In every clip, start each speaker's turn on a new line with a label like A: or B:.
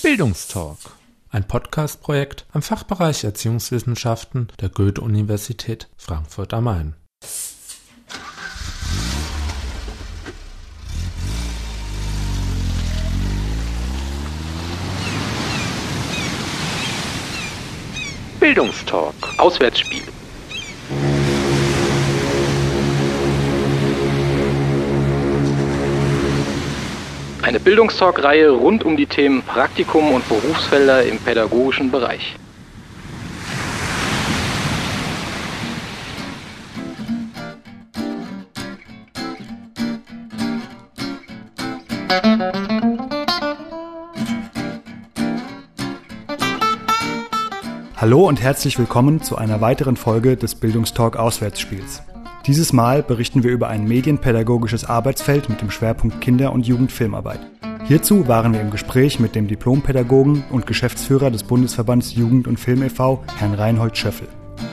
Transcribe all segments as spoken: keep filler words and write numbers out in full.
A: Bildungstalk, ein Podcast-Projekt am Fachbereich Erziehungswissenschaften der Goethe-Universität Frankfurt am Main.
B: Bildungstalk, Auswärtsspiel. Eine Bildungstalk-Reihe rund um die Themen Praktikum und Berufsfelder im pädagogischen Bereich.
C: Hallo und herzlich willkommen zu einer weiteren Folge des Bildungstalk Auswärtsspiels. Dieses Mal berichten wir über ein medienpädagogisches Arbeitsfeld mit dem Schwerpunkt Kinder- und Jugendfilmarbeit. Hierzu waren wir im Gespräch mit dem Diplompädagogen und Geschäftsführer des Bundesverbands Jugend und Film e V, Herrn Reinhold Schöffel.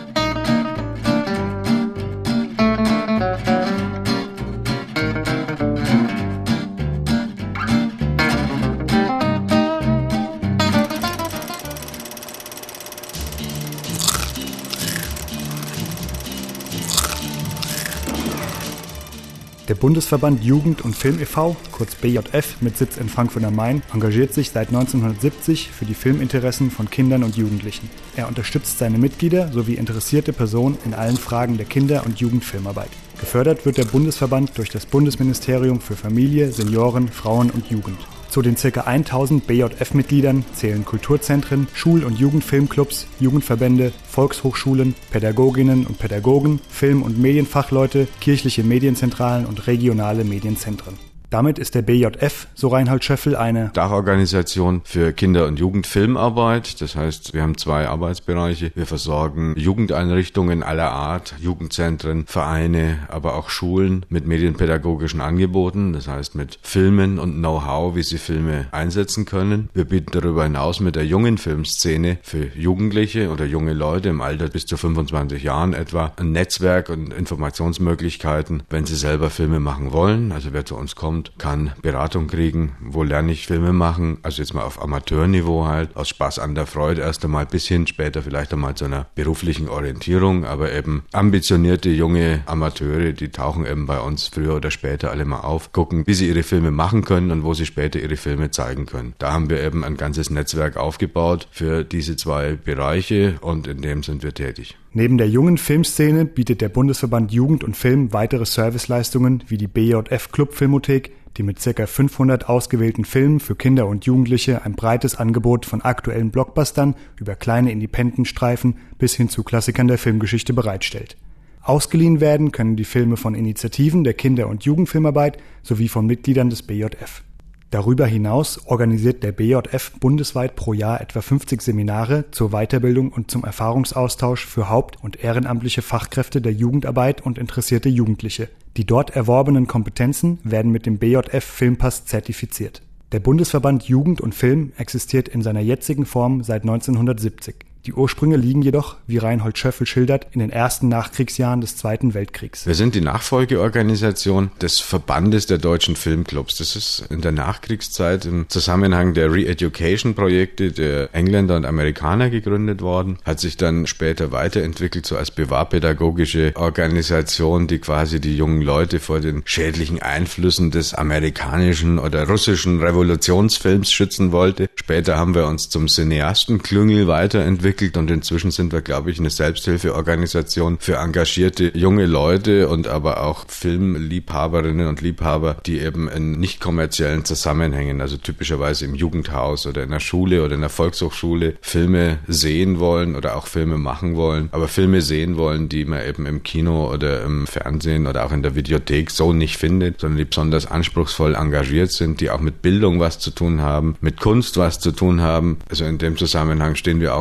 C: Der Bundesverband Jugend und Film e V, kurz B J F mit Sitz in Frankfurt am Main, engagiert sich seit neunzehnhundertsiebzig für die Filminteressen von Kindern und Jugendlichen. Er unterstützt seine Mitglieder sowie interessierte Personen in allen Fragen der Kinder- und Jugendfilmarbeit. Gefördert wird der Bundesverband durch das Bundesministerium für Familie, Senioren, Frauen und Jugend. Zu den ca. tausend B J F-Mitgliedern zählen Kulturzentren, Schul- und Jugendfilmclubs, Jugendverbände, Volkshochschulen, Pädagoginnen und Pädagogen, Film- und Medienfachleute, kirchliche Medienzentralen und regionale Medienzentren. Damit ist der B J F, so Reinhold Schöffel, eine
D: Dachorganisation für Kinder- und Jugendfilmarbeit. Das heißt, wir haben zwei Arbeitsbereiche. Wir versorgen Jugendeinrichtungen aller Art, Jugendzentren, Vereine, aber auch Schulen mit medienpädagogischen Angeboten. Das heißt, mit Filmen und Know-how, wie sie Filme einsetzen können. Wir bieten darüber hinaus mit der jungen Filmszene für Jugendliche oder junge Leute im Alter bis zu fünfundzwanzig Jahren etwa ein Netzwerk und Informationsmöglichkeiten, wenn sie selber Filme machen wollen. Also wer zu uns kommt, kann Beratung kriegen, wo lerne ich Filme machen, also jetzt mal auf Amateurniveau halt, aus Spaß an der Freude erst einmal bis hin später vielleicht einmal zu einer beruflichen Orientierung, aber eben ambitionierte junge Amateure, die tauchen eben bei uns früher oder später alle mal auf, gucken, wie sie ihre Filme machen können und wo sie später ihre Filme zeigen können. Da haben wir eben ein ganzes Netzwerk aufgebaut für diese zwei Bereiche und in dem sind wir tätig.
C: Neben der jungen Filmszene bietet der Bundesverband Jugend und Film weitere Serviceleistungen wie die B J F Club Filmothek, die mit ca. fünfhundert ausgewählten Filmen für Kinder und Jugendliche ein breites Angebot von aktuellen Blockbustern über kleine Independent-Streifen bis hin zu Klassikern der Filmgeschichte bereitstellt. Ausgeliehen werden können die Filme von Initiativen der Kinder- und Jugendfilmarbeit sowie von Mitgliedern des B J F. Darüber hinaus organisiert der B J F bundesweit pro Jahr etwa fünfzig Seminare zur Weiterbildung und zum Erfahrungsaustausch für haupt- und ehrenamtliche Fachkräfte der Jugendarbeit und interessierte Jugendliche. Die dort erworbenen Kompetenzen werden mit dem B J F Filmpass zertifiziert. Der Bundesverband Jugend und Film existiert in seiner jetzigen Form seit neunzehnhundertsiebzig. Die Ursprünge liegen jedoch, wie Reinhold Schöffel schildert, in den ersten Nachkriegsjahren des Zweiten Weltkriegs.
D: Wir sind die Nachfolgeorganisation des Verbandes der deutschen Filmclubs. Das ist in der Nachkriegszeit im Zusammenhang der Re-Education-Projekte der Engländer und Amerikaner gegründet worden, hat sich dann später weiterentwickelt, so als bewahrpädagogische Organisation, die quasi die jungen Leute vor den schädlichen Einflüssen des amerikanischen oder russischen Revolutionsfilms schützen wollte. Später haben wir uns zum Cineastenklüngel weiterentwickelt und inzwischen sind wir, glaube ich, eine Selbsthilfeorganisation für engagierte junge Leute und aber auch Filmliebhaberinnen und Liebhaber, die eben in nicht kommerziellen Zusammenhängen, also typischerweise im Jugendhaus oder in einer Schule oder in einer Volkshochschule, Filme sehen wollen oder auch Filme machen wollen, aber Filme sehen wollen, die man eben im Kino oder im Fernsehen oder auch in der Videothek so nicht findet, sondern die besonders anspruchsvoll engagiert sind, die auch mit Bildung was zu tun haben, mit Kunst was zu tun haben. Also in dem Zusammenhang stehen wir auch in der Tradition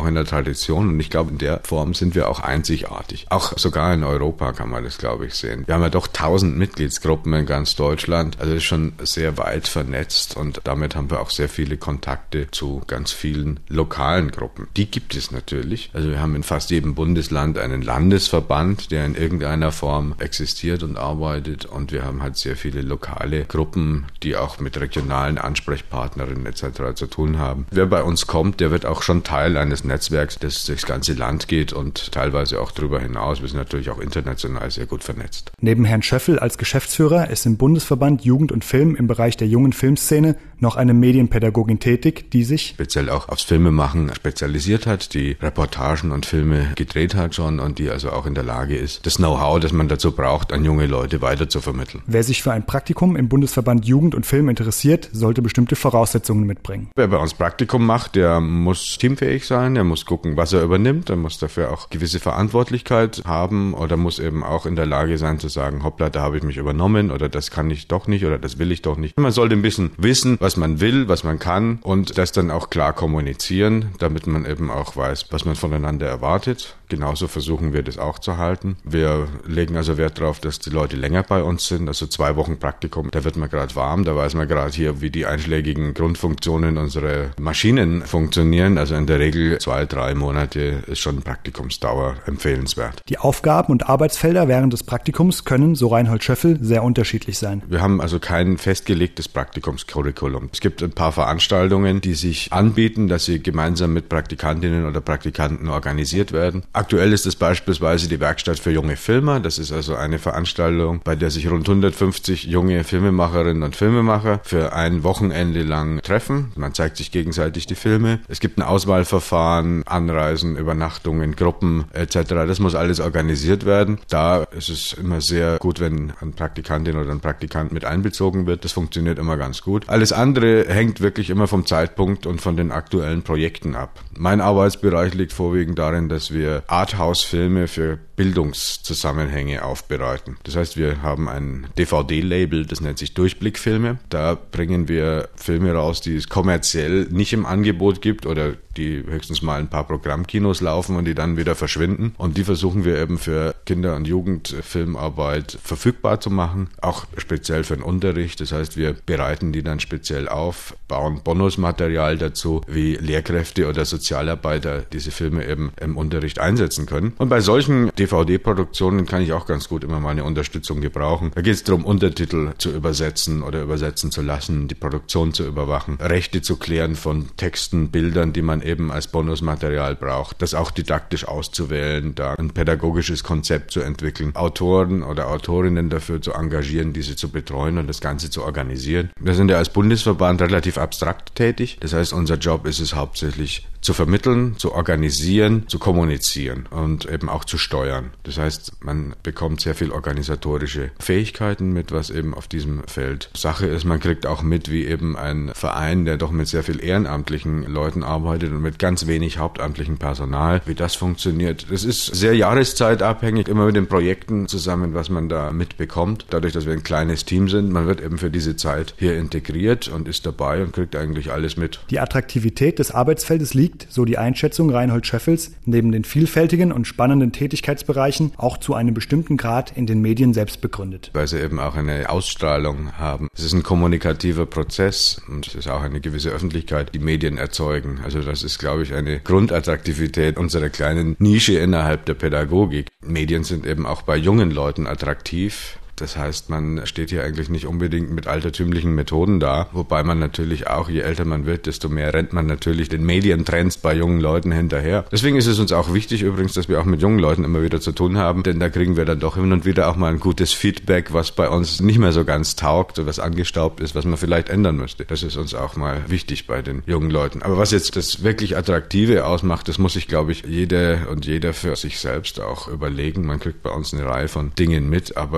D: Tradition und ich glaube, in der Form sind wir auch einzigartig. Auch sogar in Europa kann man das, glaube ich, sehen. Wir haben ja doch tausend Mitgliedsgruppen in ganz Deutschland, also ist schon sehr weit vernetzt und damit haben wir auch sehr viele Kontakte zu ganz vielen lokalen Gruppen. Die gibt es natürlich. Also wir haben in fast jedem Bundesland einen Landesverband, der in irgendeiner Form existiert und arbeitet und wir haben halt sehr viele lokale Gruppen, die auch mit regionalen Ansprechpartnerinnen et cetera zu tun haben. Wer bei uns kommt, der wird auch schon Teil eines Netzwerks, das durchs ganze Land geht und teilweise auch darüber hinaus. Wir sind natürlich auch international sehr gut vernetzt.
C: Neben Herrn Schöffel als Geschäftsführer ist im Bundesverband Jugend und Film im Bereich der jungen Filmszene noch eine Medienpädagogin tätig, die sich
D: speziell auch aufs Filmemachen spezialisiert hat, die Reportagen und Filme gedreht hat schon und die also auch in der Lage ist, das Know-how, das man dazu braucht, an junge Leute weiter zu vermitteln.
C: Wer sich für ein Praktikum im Bundesverband Jugend und Film interessiert, sollte bestimmte Voraussetzungen mitbringen.
D: Wer bei uns Praktikum macht, der muss teamfähig sein, der muss gucken, was er übernimmt, er muss dafür auch gewisse Verantwortlichkeit haben oder muss eben auch in der Lage sein zu sagen, hoppla, da habe ich mich übernommen oder das kann ich doch nicht oder das will ich doch nicht. Man sollte ein bisschen wissen, was man will, was man kann und das dann auch klar kommunizieren, damit man eben auch weiß, was man voneinander erwartet. Genauso versuchen wir das auch zu halten. Wir legen also Wert darauf, dass die Leute länger bei uns sind, also zwei Wochen Praktikum. Da wird man gerade warm, da weiß man gerade hier, wie die einschlägigen Grundfunktionen unserer Maschinen funktionieren. Also in der Regel zwei, drei Monate ist schon Praktikumsdauer empfehlenswert.
C: Die Aufgaben und Arbeitsfelder während des Praktikums können, so Reinhold Schöffel, sehr unterschiedlich sein.
D: Wir haben also kein festgelegtes Praktikumscurriculum. Es gibt ein paar Veranstaltungen, die sich anbieten, dass sie gemeinsam mit Praktikantinnen oder Praktikanten organisiert werden. Aktuell ist es beispielsweise die Werkstatt für junge Filmer. Das ist also eine Veranstaltung, bei der sich rund hundertfünfzig junge Filmemacherinnen und Filmemacher für ein Wochenende lang treffen. Man zeigt sich gegenseitig die Filme. Es gibt ein Auswahlverfahren, Anreisen, Übernachtungen, Gruppen et cetera. Das muss alles organisiert werden. Da ist es immer sehr gut, wenn eine Praktikantin oder ein Praktikant mit einbezogen wird. Das funktioniert immer ganz gut. Alles andere hängt wirklich immer vom Zeitpunkt und von den aktuellen Projekten ab. Mein Arbeitsbereich liegt vorwiegend darin, dass wir Arthouse-Filme für Bildungszusammenhänge aufbereiten. Das heißt, wir haben ein D V D-Label, das nennt sich Durchblickfilme. Da bringen wir Filme raus, die es kommerziell nicht im Angebot gibt oder die höchstens mal ein paar Programmkinos laufen und die dann wieder verschwinden. Und die versuchen wir eben für Kinder- und Jugendfilmarbeit verfügbar zu machen, auch speziell für den Unterricht. Das heißt, wir bereiten die dann speziell auf, bauen Bonusmaterial dazu, wie Lehrkräfte oder Sozialarbeiter diese Filme eben im Unterricht einsetzen können. Und bei solchen D V D-Produktionen kann ich auch ganz gut immer mal eine Unterstützung gebrauchen. Da geht es darum, Untertitel zu übersetzen oder übersetzen zu lassen, die Produktion zu überwachen, Rechte zu klären von Texten, Bildern, die man eben als Bonusmaterial braucht, das auch didaktisch auszuwählen, da ein pädagogisches Konzept zu entwickeln, Autoren oder Autorinnen dafür zu engagieren, diese zu betreuen und das Ganze zu organisieren. Wir sind ja als Bundesverband relativ abstrakt tätig. Das heißt, unser Job ist es hauptsächlich zu vermitteln, zu organisieren, zu kommunizieren und eben auch zu steuern. Das heißt, man bekommt sehr viel organisatorische Fähigkeiten mit, was eben auf diesem Feld Sache ist. Man kriegt auch mit, wie eben ein Verein, der doch mit sehr viel ehrenamtlichen Leuten arbeitet und mit ganz wenig hauptamtlichem Personal, wie das funktioniert. Das ist sehr jahreszeitabhängig, immer mit den Projekten zusammen, was man da mitbekommt. Dadurch, dass wir ein kleines Team sind, man wird eben für diese Zeit hier integriert und ist dabei und kriegt eigentlich alles mit.
C: Die Attraktivität des Arbeitsfeldes liegt, so die Einschätzung Reinhold Schöffels, neben den vielfältigen und spannenden Tätigkeitsbereichen auch zu einem bestimmten Grad in den Medien selbst begründet.
D: Weil sie eben auch eine Ausstrahlung haben. Es ist ein kommunikativer Prozess und es ist auch eine gewisse Öffentlichkeit, die Medien erzeugen. Also das ist, glaube ich, eine Grundattraktivität unserer kleinen Nische innerhalb der Pädagogik. Medien sind eben auch bei jungen Leuten attraktiv. Das heißt, man steht hier eigentlich nicht unbedingt mit altertümlichen Methoden da, wobei man natürlich auch, je älter man wird, desto mehr rennt man natürlich den Medientrends bei jungen Leuten hinterher. Deswegen ist es uns auch wichtig übrigens, dass wir auch mit jungen Leuten immer wieder zu tun haben, denn da kriegen wir dann doch hin und wieder auch mal ein gutes Feedback, was bei uns nicht mehr so ganz taugt, was angestaubt ist, was man vielleicht ändern müsste. Das ist uns auch mal wichtig bei den jungen Leuten. Aber was jetzt das wirklich Attraktive ausmacht, das muss sich, glaube ich, jede und jeder für sich selbst auch überlegen. Man kriegt bei uns eine Reihe von Dingen mit, aber es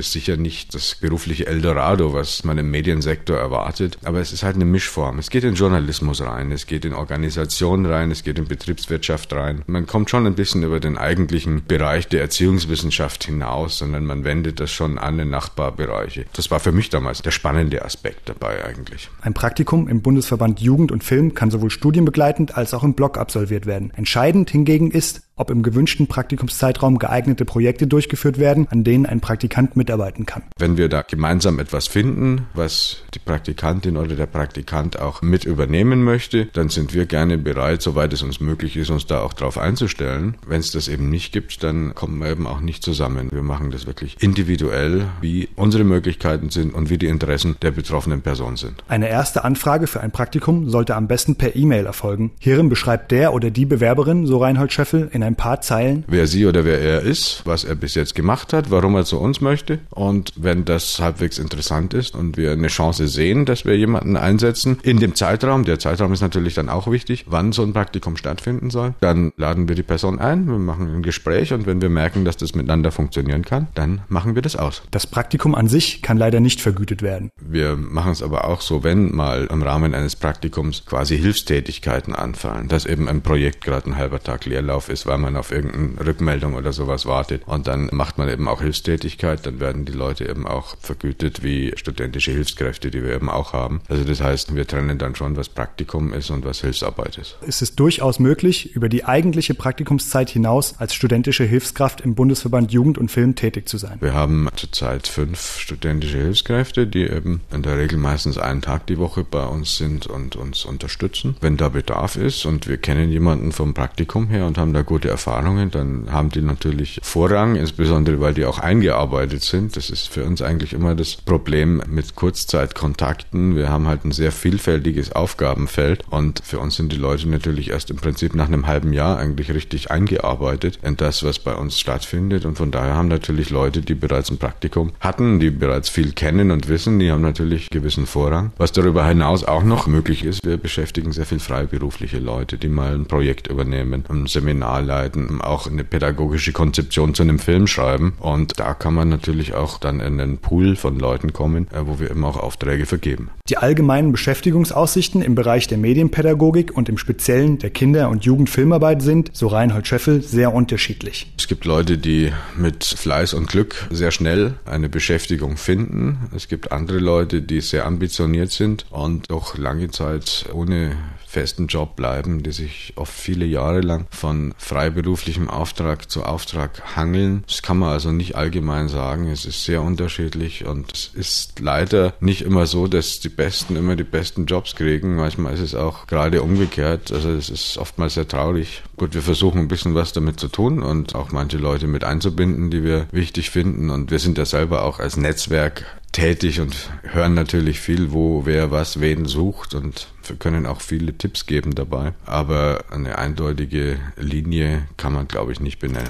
D: ist sicher nicht das berufliche Eldorado, was man im Mediensektor erwartet, aber es ist halt eine Mischform. Es geht in Journalismus rein, es geht in Organisation rein, es geht in Betriebswirtschaft rein. Man kommt schon ein bisschen über den eigentlichen Bereich der Erziehungswissenschaft hinaus, sondern man wendet das schon an in Nachbarbereiche. Das war für mich damals der spannende Aspekt dabei eigentlich.
C: Ein Praktikum im Bundesverband Jugend und Film kann sowohl studienbegleitend als auch im Block absolviert werden. Entscheidend hingegen ist, ob im gewünschten Praktikumszeitraum geeignete Projekte durchgeführt werden, an denen ein Praktikant mitarbeiten kann.
D: Wenn wir da gemeinsam etwas finden, was die Praktikantin oder der Praktikant auch mit übernehmen möchte, dann sind wir gerne bereit, soweit es uns möglich ist, uns da auch drauf einzustellen. Wenn es das eben nicht gibt, dann kommen wir eben auch nicht zusammen. Wir machen das wirklich individuell, wie unsere Möglichkeiten sind und wie die Interessen der betroffenen Person sind.
C: Eine erste Anfrage für ein Praktikum sollte am besten per E-Mail erfolgen. Hierin beschreibt der oder die Bewerberin, so Reinhold Scheffel, in ein paar Zeilen,
D: wer sie oder wer er ist, was er bis jetzt gemacht hat, warum er zu uns möchte. Und wenn das halbwegs interessant ist und wir eine Chance sehen, dass wir jemanden einsetzen in dem Zeitraum, der Zeitraum ist natürlich dann auch wichtig, wann so ein Praktikum stattfinden soll, dann laden wir die Person ein, wir machen ein Gespräch und wenn wir merken, dass das miteinander funktionieren kann, dann machen wir das aus.
C: Das Praktikum an sich kann leider nicht vergütet werden.
D: Wir machen es aber auch so, wenn mal im Rahmen eines Praktikums quasi Hilfstätigkeiten anfallen, dass eben ein Projekt gerade ein halber Tag Leerlauf ist, weil man auf irgendeine Rückmeldung oder sowas wartet und dann macht man eben auch Hilfstätigkeit, dann werden die Leute eben auch vergütet wie studentische Hilfskräfte, die wir eben auch haben. Also das heißt, wir trennen dann schon, was Praktikum ist und was Hilfsarbeit ist.
C: Es ist durchaus möglich, über die eigentliche Praktikumszeit hinaus als studentische Hilfskraft im Bundesverband Jugend und Film tätig zu sein.
D: Wir haben zurzeit fünf studentische Hilfskräfte, die eben in der Regel meistens einen Tag die Woche bei uns sind und uns unterstützen. Wenn da Bedarf ist und wir kennen jemanden vom Praktikum her und haben da gute Erfahrungen, dann haben die natürlich Vorrang, insbesondere weil die auch eingearbeitet sind. Das ist für uns eigentlich immer das Problem mit Kurzzeitkontakten. Wir haben halt ein sehr vielfältiges Aufgabenfeld und für uns sind die Leute natürlich erst im Prinzip nach einem halben Jahr eigentlich richtig eingearbeitet in das, was bei uns stattfindet und von daher haben natürlich Leute, die bereits ein Praktikum hatten, die bereits viel kennen und wissen, die haben natürlich gewissen Vorrang. Was darüber hinaus auch noch möglich ist, wir beschäftigen sehr viel freiberufliche Leute, die mal ein Projekt übernehmen, ein Seminar leiten, auch eine pädagogische Konzeption zu einem Film schreiben und da kann man natürlich auch dann in einen Pool von Leuten kommen, wo wir eben auch Aufträge vergeben.
C: Die allgemeinen Beschäftigungsaussichten im Bereich der Medienpädagogik und im Speziellen der Kinder- und Jugendfilmarbeit sind, so Reinhold Scheffel, sehr unterschiedlich.
D: Es gibt Leute, die mit Fleiß und Glück sehr schnell eine Beschäftigung finden. Es gibt andere Leute, die sehr ambitioniert sind und doch lange Zeit ohne festen Job bleiben, die sich oft viele Jahre lang von freiberuflichem Auftrag zu Auftrag hangeln. Das kann man also nicht allgemein sagen. Es ist sehr unterschiedlich und es ist leider nicht immer so, dass die Besten immer die besten Jobs kriegen. Manchmal ist es auch gerade umgekehrt. Also es ist oftmals sehr traurig. Gut, wir versuchen ein bisschen was damit zu tun und auch manche Leute mit einzubinden, die wir wichtig finden. Und wir sind ja selber auch als Netzwerk tätig und hören natürlich viel, wo wer was wen sucht und wir können auch viele Tipps geben dabei. Aber eine eindeutige Linie kann man, glaube ich, nicht benennen.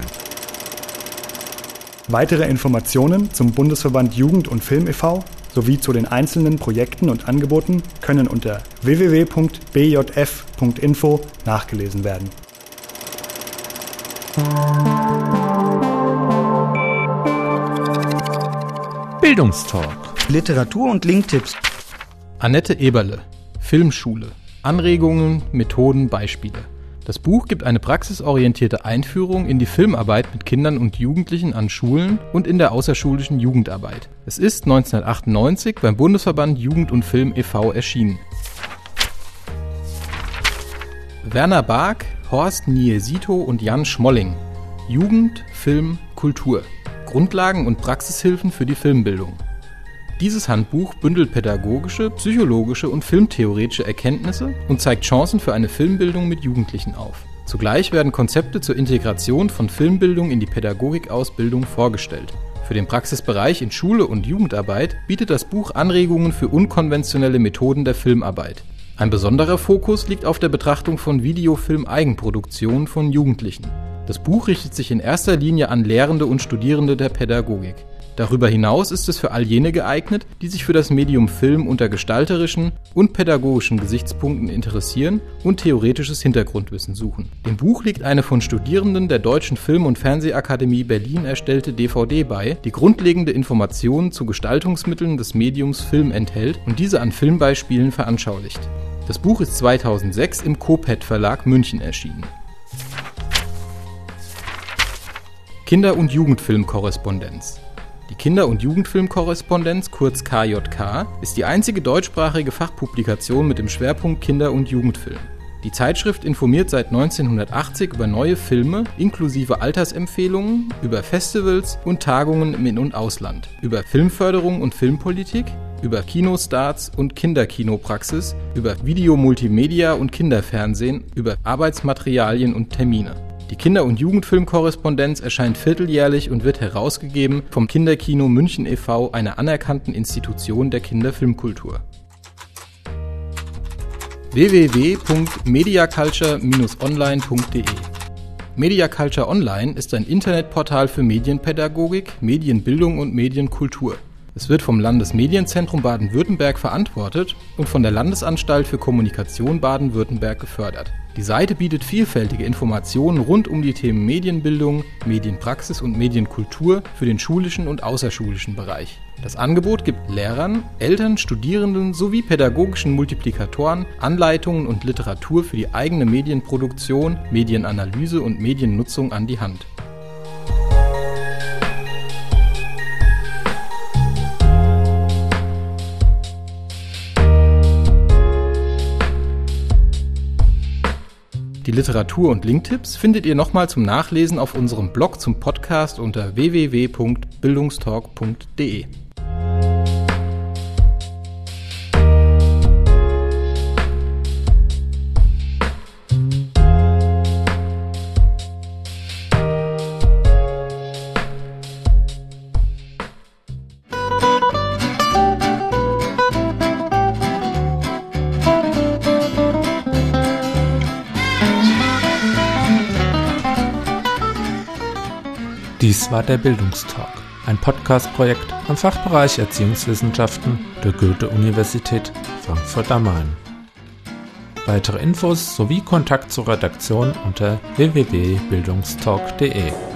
C: Weitere Informationen zum Bundesverband Jugend und Film e V sowie zu den einzelnen Projekten und Angeboten können unter w w w punkt b j f punkt info nachgelesen werden.
A: Bildungstalk.
E: Literatur- und Linktipps.
B: Annette Eberle, Filmschule. Anregungen, Methoden, Beispiele. Das Buch gibt eine praxisorientierte Einführung in die Filmarbeit mit Kindern und Jugendlichen an Schulen und in der außerschulischen Jugendarbeit. Es ist neunzehnhundertachtundneunzig beim Bundesverband Jugend und Film e V erschienen. Werner Bark, Horst Niesito und Jan Schmolling. Jugend, Film, Kultur. Grundlagen und Praxishilfen für die Filmbildung. Dieses Handbuch bündelt pädagogische, psychologische und filmtheoretische Erkenntnisse und zeigt Chancen für eine Filmbildung mit Jugendlichen auf. Zugleich werden Konzepte zur Integration von Filmbildung in die Pädagogikausbildung vorgestellt. Für den Praxisbereich in Schule und Jugendarbeit bietet das Buch Anregungen für unkonventionelle Methoden der Filmarbeit. Ein besonderer Fokus liegt auf der Betrachtung von Videofilm-Eigenproduktionen von Jugendlichen. Das Buch richtet sich in erster Linie an Lehrende und Studierende der Pädagogik. Darüber hinaus ist es für all jene geeignet, die sich für das Medium Film unter gestalterischen und pädagogischen Gesichtspunkten interessieren und theoretisches Hintergrundwissen suchen. Dem Buch liegt eine von Studierenden der Deutschen Film- und Fernsehakademie Berlin erstellte D V D bei, die grundlegende Informationen zu Gestaltungsmitteln des Mediums Film enthält und diese an Filmbeispielen veranschaulicht. Das Buch ist zweitausendsechs im Kopet Verlag München erschienen. Kinder- und Jugendfilmkorrespondenz. Die Kinder- und Jugendfilmkorrespondenz, kurz K J K, ist die einzige deutschsprachige Fachpublikation mit dem Schwerpunkt Kinder- und Jugendfilm. Die Zeitschrift informiert seit neunzehnhundertachtzig über neue Filme inklusive Altersempfehlungen, über Festivals und Tagungen im In- und Ausland, über Filmförderung und Filmpolitik, über Kinostarts und Kinderkinopraxis, über Videomultimedia und Kinderfernsehen, über Arbeitsmaterialien und Termine. Die Kinder- und Jugendfilmkorrespondenz erscheint vierteljährlich und wird herausgegeben vom Kinderkino München e V, einer anerkannten Institution der Kinderfilmkultur. w w w punkt mediaculture Bindestrich online punkt de Mediaculture Online ist ein Internetportal für Medienpädagogik, Medienbildung und Medienkultur. Es wird vom Landesmedienzentrum Baden-Württemberg verantwortet und von der Landesanstalt für Kommunikation Baden-Württemberg gefördert. Die Seite bietet vielfältige Informationen rund um die Themen Medienbildung, Medienpraxis und Medienkultur für den schulischen und außerschulischen Bereich. Das Angebot gibt Lehrern, Eltern, Studierenden sowie pädagogischen Multiplikatoren Anleitungen und Literatur für die eigene Medienproduktion, Medienanalyse und Mediennutzung an die Hand. Die Literatur- und Linktipps findet ihr nochmal zum Nachlesen auf unserem Blog zum Podcast unter w w w punkt bildungstalk punkt de.
A: Dies war der Bildungstalk, ein Podcast-Projekt am Fachbereich Erziehungswissenschaften der Goethe-Universität Frankfurt am Main. Weitere Infos sowie Kontakt zur Redaktion unter w w w punkt bildungstalk punkt de.